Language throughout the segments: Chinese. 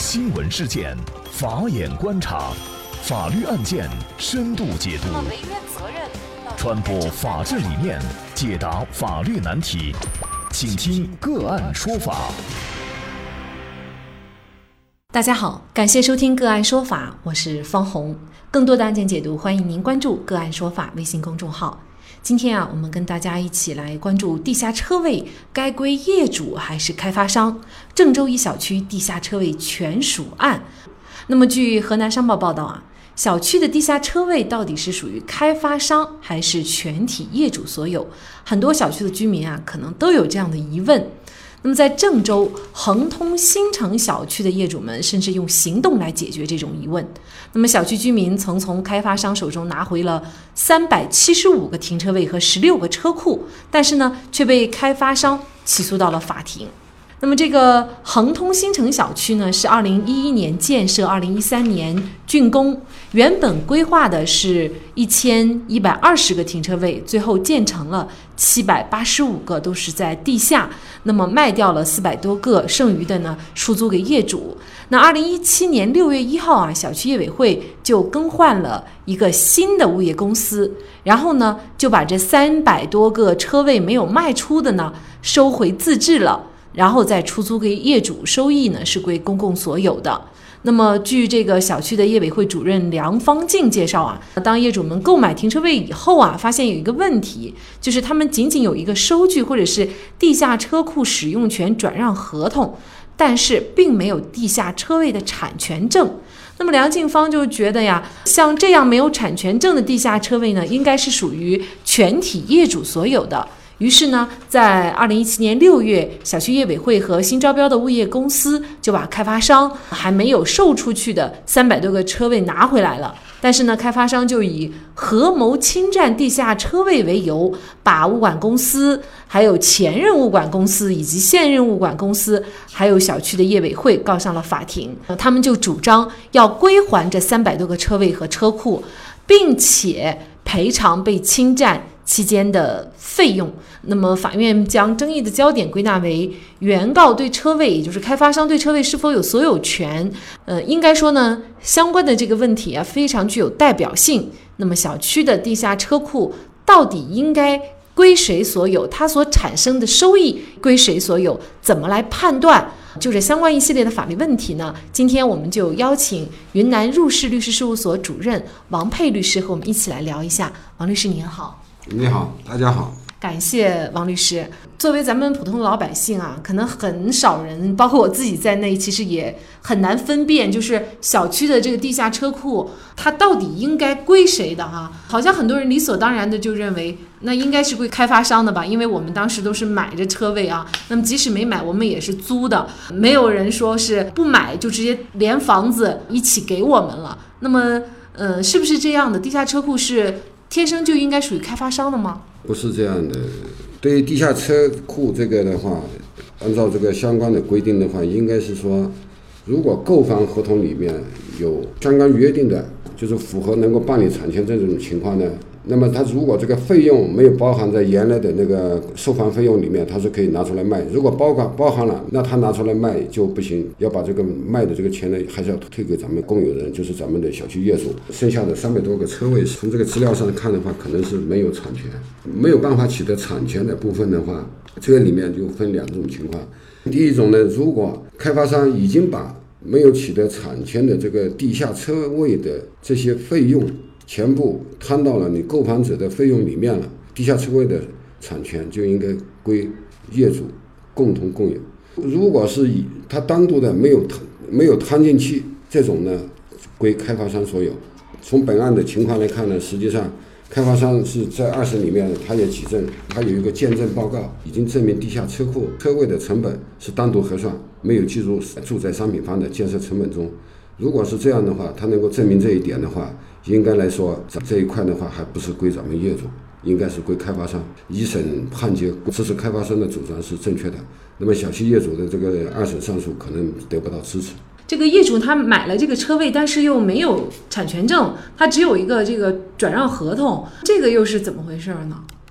新闻事件，法眼观察，法律案件深度解读，传播法治理念，解答法律难题，请听个案说法。 大家好，感谢收听个案说法，我是方红。更多的案件解读，欢迎您关注个案说法微信公众号。今天我们跟大家一起来关注地下车位该归业主还是开发商？郑州一小区地下车位权属案。那么据河南商报报道小区的地下车位到底是属于开发商还是全体业主所有？很多小区的居民可能都有这样的疑问。那么在郑州恒通新城小区的业主们甚至用行动来解决这种疑问。那么小区居民曾从开发商手中拿回了375个停车位和16个车库，但是呢却被开发商起诉到了法庭。那么这个恒通新城小区呢是2011年建设，2013年竣工，原本规划的是1120个停车位，最后建成了785个，都是在地下。那么卖掉了400多个，剩余的呢出租给业主。那2017年6月1号小区业委会就更换了一个新的物业公司，然后呢就把这300多个车位没有卖出的呢收回自置了，然后再出租给业主，收益呢是归公共所有的。那么据这个小区的业委会主任梁方静介绍当业主们购买停车位以后发现有一个问题，就是他们仅仅有一个收据或者是地下车库使用权转让合同，但是并没有地下车位的产权证。那么梁静芳就觉得像这样没有产权证的地下车位呢，应该是属于全体业主所有的。于是呢，在2017年6月，小区业委会和新招标的物业公司就把开发商还没有售出去的300多个车位拿回来了。但是呢，开发商就以合谋侵占地下车位为由，把物管公司、还有前任物管公司以及现任物管公司，还有小区的业委会告上了法庭。他们就主张要归还这300多个车位和车库，并且赔偿被侵占期间的费用。那么法院将争议的焦点归纳为原告对车位，也就是开发商对车位是否有所有权。应该说呢，相关的这个问题非常具有代表性。那么小区的地下车库到底应该归谁所有？它所产生的收益归谁所有？怎么来判断？就这相关一系列的法律问题呢，今天我们就邀请云南入世律师事务所主任王佩律师和我们一起来聊一下。王律师您好。 你好，大家好。 感谢王律师。作为咱们普通的老百姓可能很少人，包括我自己在内，其实也很难分辨，就是小区的这个地下车库它到底应该归谁的好像很多人理所当然的就认为那应该是归开发商的吧，因为我们当时都是买着车位那么即使没买我们也是租的，没有人说是不买就直接连房子一起给我们了。那么是不是这样的？地下车库是天生就应该属于开发商的吗？ 不是这样的。对于地下车库这个的话，按照这个相关的规定的话，应该是说，如果购房合同里面有相关约定的，就是符合能够办理产权这种情况呢，那么它如果这个费用没有包含在原来的那个售房费用里面，它是可以拿出来卖。如果包含了，那它拿出来卖就不行，要把这个卖的这个钱呢，还是要退给咱们公有人，就是咱们的小区业主。剩下的300多个车位，从这个资料上看的话，可能是没有产权，没有办法取得产权的部分的话，这个里面就分2种情况。第一种呢，如果开发商已经把没有取得产权的这个地下车位的这些费用全部摊到了你购房者的费用里面了，地下车位的产权就应该归业主共同共有。如果是以他单独的没有摊进去，这种呢归开发商所有。从本案的情况来看呢，实际上开发商是在20里面他也举证，他有一个见证报告，已经证明地下车库车位的成本是单独核算，没有计入住宅商品房的建设成本中。如果是这样的话，他能够证明这一点的话，应该来说这一块的话还不是归咱们业主，应该是归开发商。一审判决支持开发商的主张是正确的，那么小区业主的这个2审上诉可能得不到支持。 这个业主他买了这个车位，但是又没有产权证，他只有一个这个转让合同，这个又是怎么回事呢？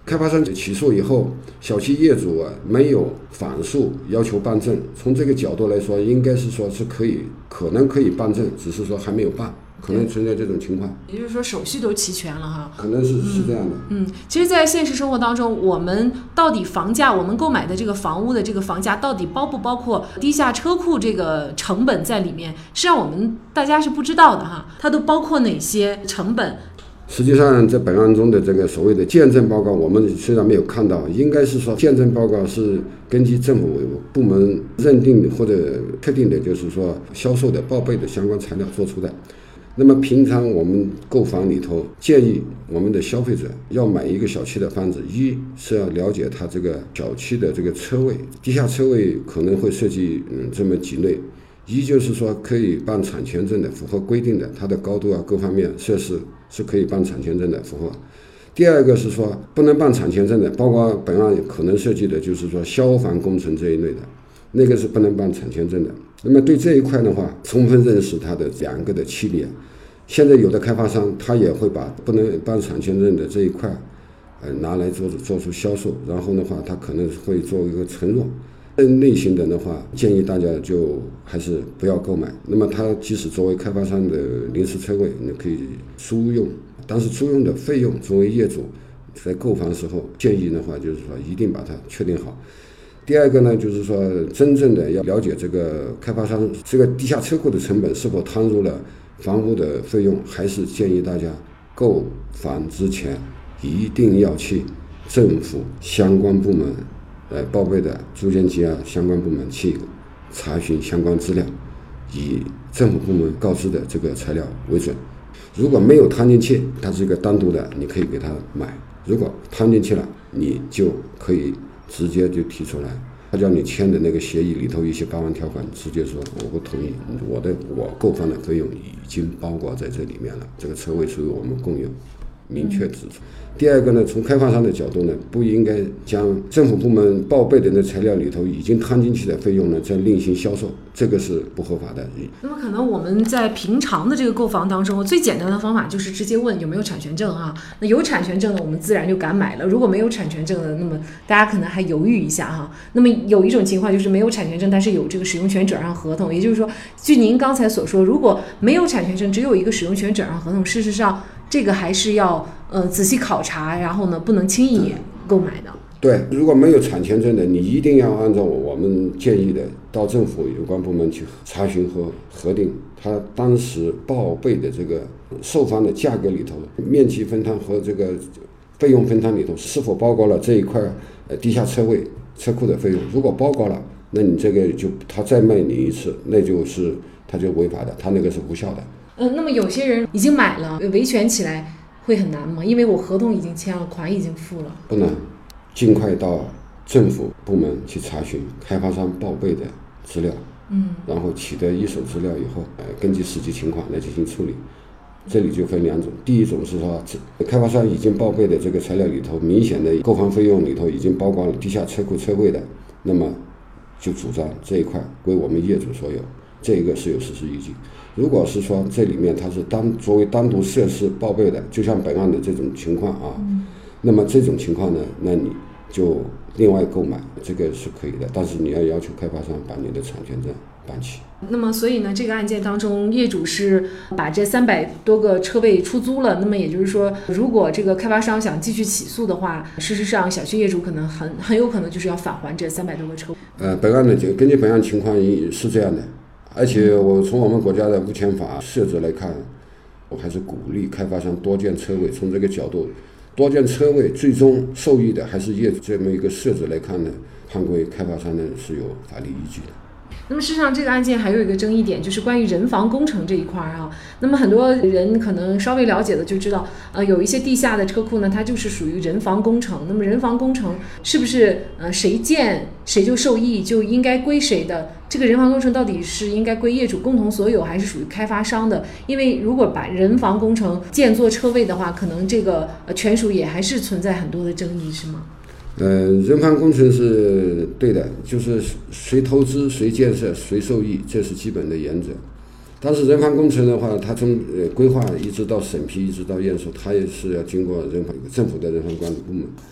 开发商起诉以后，小区业主没有反诉要求办证，从这个角度来说，应该是说是可能可以办证，只是说还没有办，可能存在这种情况。 也就是说手续都齐全了哈。 可能是这样的。 其实在现实生活当中，我们到底房价，我们购买的这个房屋的这个房价到底包不包括地下车库这个成本在里面，实际上我们大家是不知道的哈，它都包括哪些成本。 实际上在本案中的这个所谓的鉴证报告，我们虽然没有看到，应该是说鉴证报告是根据政府部门认定或者确定的，就是说销售的报备的相关材料做出的。那么平常我们购房里头建议我们的消费者要买一个小区的房子，一是要了解它这个小区的这个车位，地下车位可能会涉及这么几类，一就是说可以办产权证的，符合规定的，它的高度啊各方面设施是可以办产权证的，符合。第二个是说不能办产权证的，包括本案可能涉及的就是说消防工程这一类的，那个是不能办产权证的。那么对这一块的话，充分认识它的两个的区别。现在有的开发商他也会把不能办产权证的这一块拿来做出销售，然后的话他可能会做一个承诺。类型的话，建议大家就还是不要购买。那么它即使作为开发商的临时车位，你可以租用，但是租用的费用作为业主在购房时候建议的话，就是说一定把它确定好。第二个呢，就是说真正的要了解这个开发商这个地下车库的成本是否摊入了房屋的费用，还是建议大家购房之前一定要去政府相关部门报备的住建局啊相关部门去查询相关资料，以政府部门告知的这个材料为准。如果没有摊进去，它是一个单独的，你可以给他买；如果摊进去了，你就可以直接就提出来，他叫你签的那个协议里头一些8万条款，直接说我不同意，我购房的费用已经包括在这里面了，这个车位属于我们共有，明确指出。第二个呢，从开发商的角度呢，不应该将政府部门报备的那材料里头已经摊进去的费用呢再另行销售，这个是不合法的。 那么可能我们在平常的这个购房当中，最简单的方法就是直接问有没有产权证哈。那有产权证的，我们自然就敢买了；如果没有产权证的，那么大家可能还犹豫一下哈。那么有一种情况就是没有产权证，但是有这个使用权转让合同，也就是说，据您刚才所说，如果没有产权证，只有一个使用权转让合同，事实上这个还是要仔细考察，然后呢不能轻易购买的。 对，如果没有产权证的，你一定要按照我们建议的，到政府有关部门去查询和核定他当时报备的这个售房的价格里头，面积分摊和这个费用分摊里头是否包括了这一块地下车位车库的费用。如果包括了，那你这个就他再卖你一次，那就是他就违法的，他那个是无效的。 那么有些人已经买了，维权起来会很难吗？因为我合同已经签了，款已经付了。 不难，尽快到政府部门去查询开发商报备的资料，然后取得一手资料以后，根据实际情况来进行处理。这里就分两种，第一种是说开发商已经报备的这个材料里头，明显的购房费用里头已经包括了地下车库车位的，那么就主张这一块归我们业主所有，这一个是有事实依据。如果是说这里面它是作为单独设施报备的，就像本案的这种情况啊，那么这种情况呢，那你就另外购买，这个是可以的，但是你要求开发商把你的产权证办起。 那么所以呢，这个案件当中，业主是把这300多个车位出租了。那么也就是说，如果这个开发商想继续起诉的话，事实上小区业主可能很有可能就是要返还这300多个车位。 本案的根据本案情况是这样的，而且我从我们国家的物权法设置来看，我还是鼓励开发商多建车位。从这个角度，多建车位最终受益的还是业主。这么一个设置来看呢，判归开发商呢是有法律依据的。 那么事实上这个案件还有一个争议点，就是关于人防工程这一块啊。那么很多人可能稍微了解的就知道，有一些地下的车库呢，它就是属于人防工程。那么人防工程是不是谁建谁就受益，就应该归谁的？这个人防工程到底是应该归业主共同所有，还是属于开发商的？因为如果把人防工程建作车位的话，可能这个权属也还是存在很多的争议，是吗？ 人防工程是对的，就是谁投资谁建设谁受益，这是基本的原则。但是人防工程的话，它从规划一直到审批一直到验收，它也是要经过政府的人防管理部门。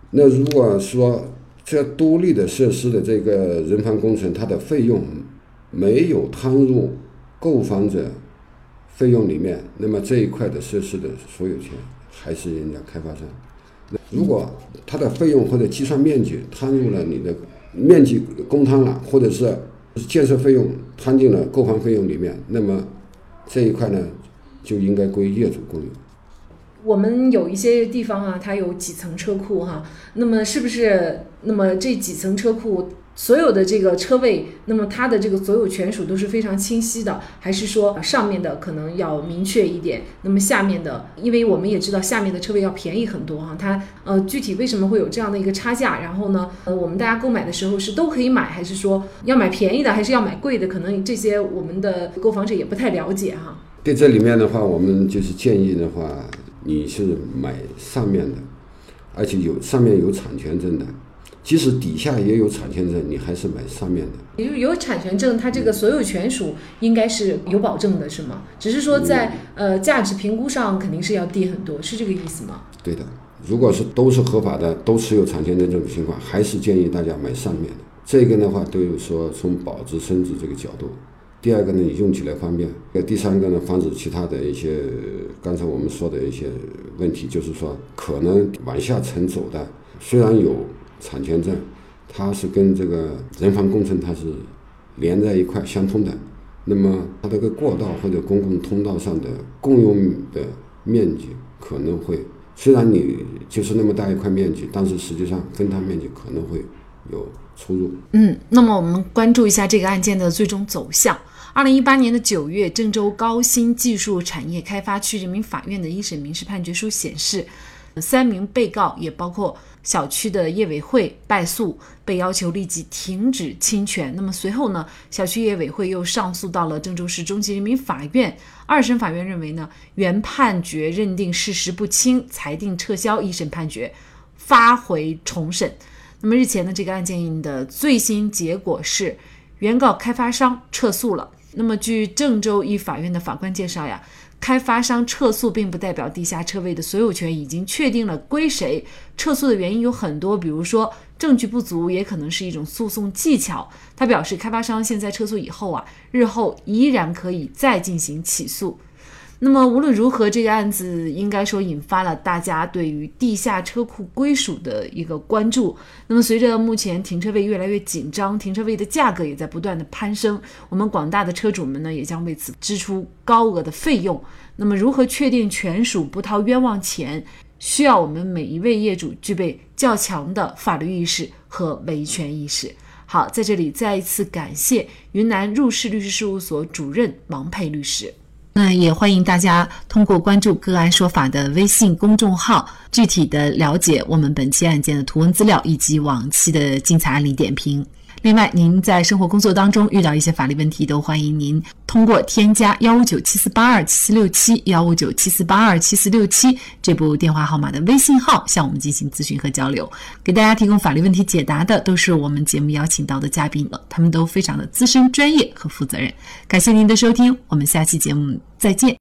那如果说这独立的设施的这个人防工程，它的费用没有摊入购房者费用里面，那么这一块的设施的所有权还是人家开发商。如果它的费用或者计算面积摊入了你的面积公摊了，或者是建设费用摊进了购房费用里面，那么这一块呢就应该归业主共有。 我们有一些地方啊，它有几层车库哈，那么是不是这几层车库所有的这个车位，那么它的这个所有权属都是非常清晰的，还是说上面的可能要明确一点，那么下面的，因为我们也知道下面的车位要便宜很多哈，它具体为什么会有这样的一个差价？然后呢，我们大家购买的时候是都可以买，还是说要买便宜的，还是要买贵的？可能这些我们的购房者也不太了解哈。 对，这里面的话，我们就是建议的话，你是买上面的，而且上面有产权证的。即使底下也有产权证，你还是买上面的。 也就是有产权证，它这个所有权属应该是有保证的，是吗？只是说在价值评估上肯定是要低很多，是这个意思吗？ 对的，如果是都是合法的，都持有产权证这种情况，还是建议大家买上面的。这个的话，都有说从保值升值这个角度。第二个呢，用起来方便；第三个呢，防止其他的一些刚才我们说的一些问题，就是说可能往下沉走的，虽然有产权证，它是跟这个人防工程它是连在一块相通的，那么它这个过道或者公共通道上的共用的面积可能会，虽然你就是那么大一块面积，但是实际上分摊面积可能会有出入。 那么我们关注一下这个案件的最终走向。2018年的9月，郑州高新技术产业开发区人民法院的一审民事判决书显示，3名被告也包括小区的业委会败诉，被要求立即停止侵权。那么随后呢，小区业委会又上诉到了郑州市中级人民法院。2审法院认为呢，原判决认定事实不清，裁定撤销1审判决，发回重审。那么日前呢，这个案件的最新结果是原告开发商撤诉了。那么据郑州一法院的法官介绍呀，开发商撤诉并不代表地下车位的所有权已经确定了归谁，撤诉的原因有很多，比如说证据不足，也可能是一种诉讼技巧。他表示，开发商现在撤诉以后日后依然可以再进行起诉。那么无论如何，这个案子应该说引发了大家对于地下车库归属的一个关注。那么随着目前停车位越来越紧张，停车位的价格也在不断的攀升，我们广大的车主们呢也将为此支出高额的费用。那么如何确定权属不掏冤枉钱，需要我们每一位业主具备较强的法律意识和维权意识。好，在这里再一次感谢云南入世律师事务所主任王佩律师。那也欢迎大家通过关注个案说法的微信公众号，具体的了解我们本期案件的图文资料以及往期的精彩案例点评。另外，您在生活工作当中遇到一些法律问题，都欢迎您通过添加15974827467 15974827467这部电话号码的微信号向我们进行咨询和交流。给大家提供法律问题解答的都是我们节目邀请到的嘉宾了，他们都非常的资深、专业和负责任。感谢您的收听，我们下期节目再见。